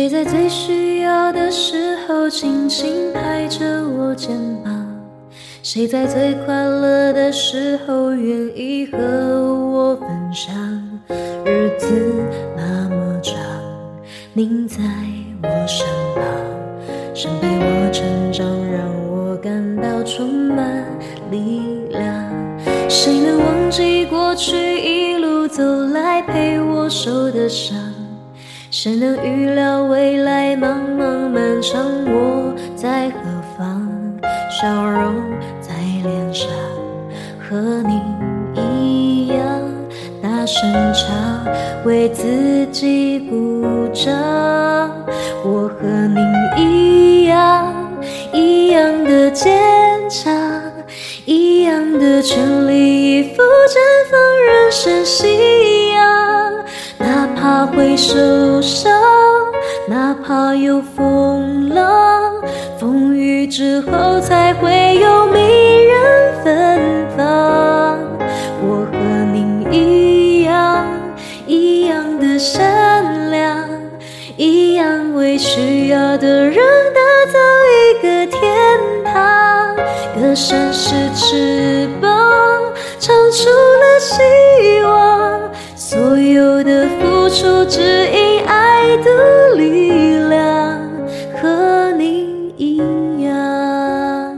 谁在最需要的时候轻轻拍着我肩膀？谁在最快乐的时候愿意和我分享？日子那么长，您在我身旁，生陪我成长，让我感到充满力量。谁能忘记过去一路走来陪我受的伤？谁能预料未来茫茫漫长，我在何方？笑容在脸上，和您一样大声唱，为自己鼓掌。我和您一样，一样的坚强，一样的全力以赴绽放人生夕阳。哪怕会受伤，哪怕有风浪，风雨之后才会有迷人芬芳。我和您一样，一样的善良，一样为需要的人打造一个天堂。歌声是翅膀，唱出了希望，所有的付出只因爱的力量，和您一样。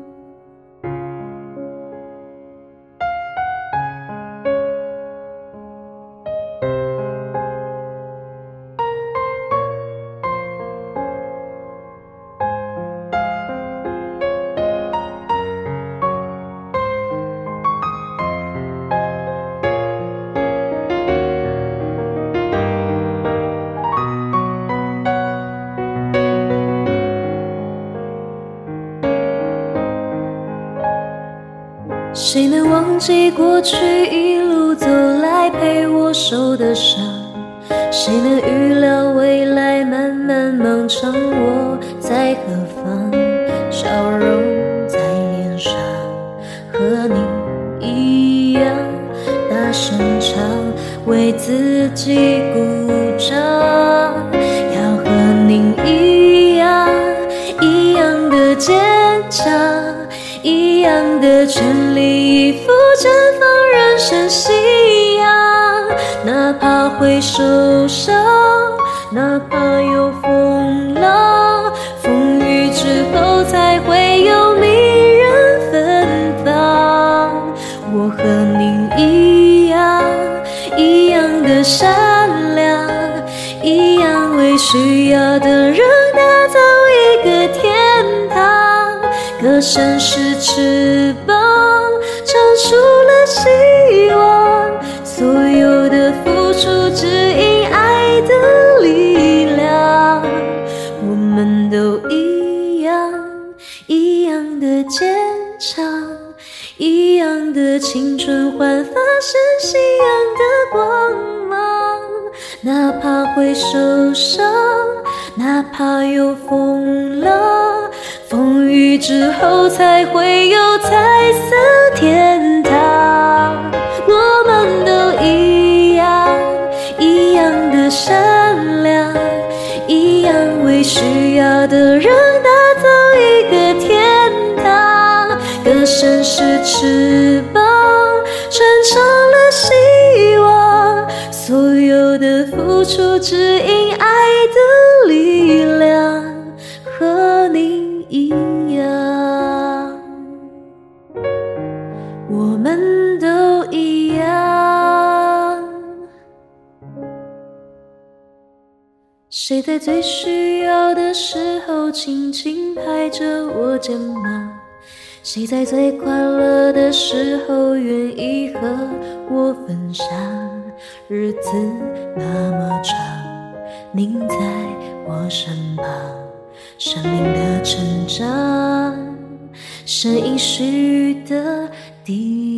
谁能忘记过去一路走来陪我受的伤？谁能预料未来漫漫漫长，我在何方？笑容在脸上，和您一样大声唱，为自己鼓掌。要和您一样，一样的坚强，一样的全力以赴绽放人生夕阳。哪怕会受伤，哪怕有风浪，风雨之后才会有迷人芬芳。我和您一样，一样的善良，一样为需要的人打造一个天堂。歌声是翅膀，唱出了希望，所有的付出只因爱的力量。我们都一样，一样的坚强，一样的青春焕发生夕阳的光芒。哪怕会受伤，哪怕有风浪，风雨之后才会有彩色天堂。我们都一样，一样的善良，一样为需要的人打造一个天堂。歌声是翅膀，传唱了希望，所有的付出只因爱的力量，和您一样。我们都一样。谁在最需要的时候轻轻拍着我肩膀？谁在最快乐的时候愿意和我分享？日子那么长，您在我身旁，生命的成长，神应许的地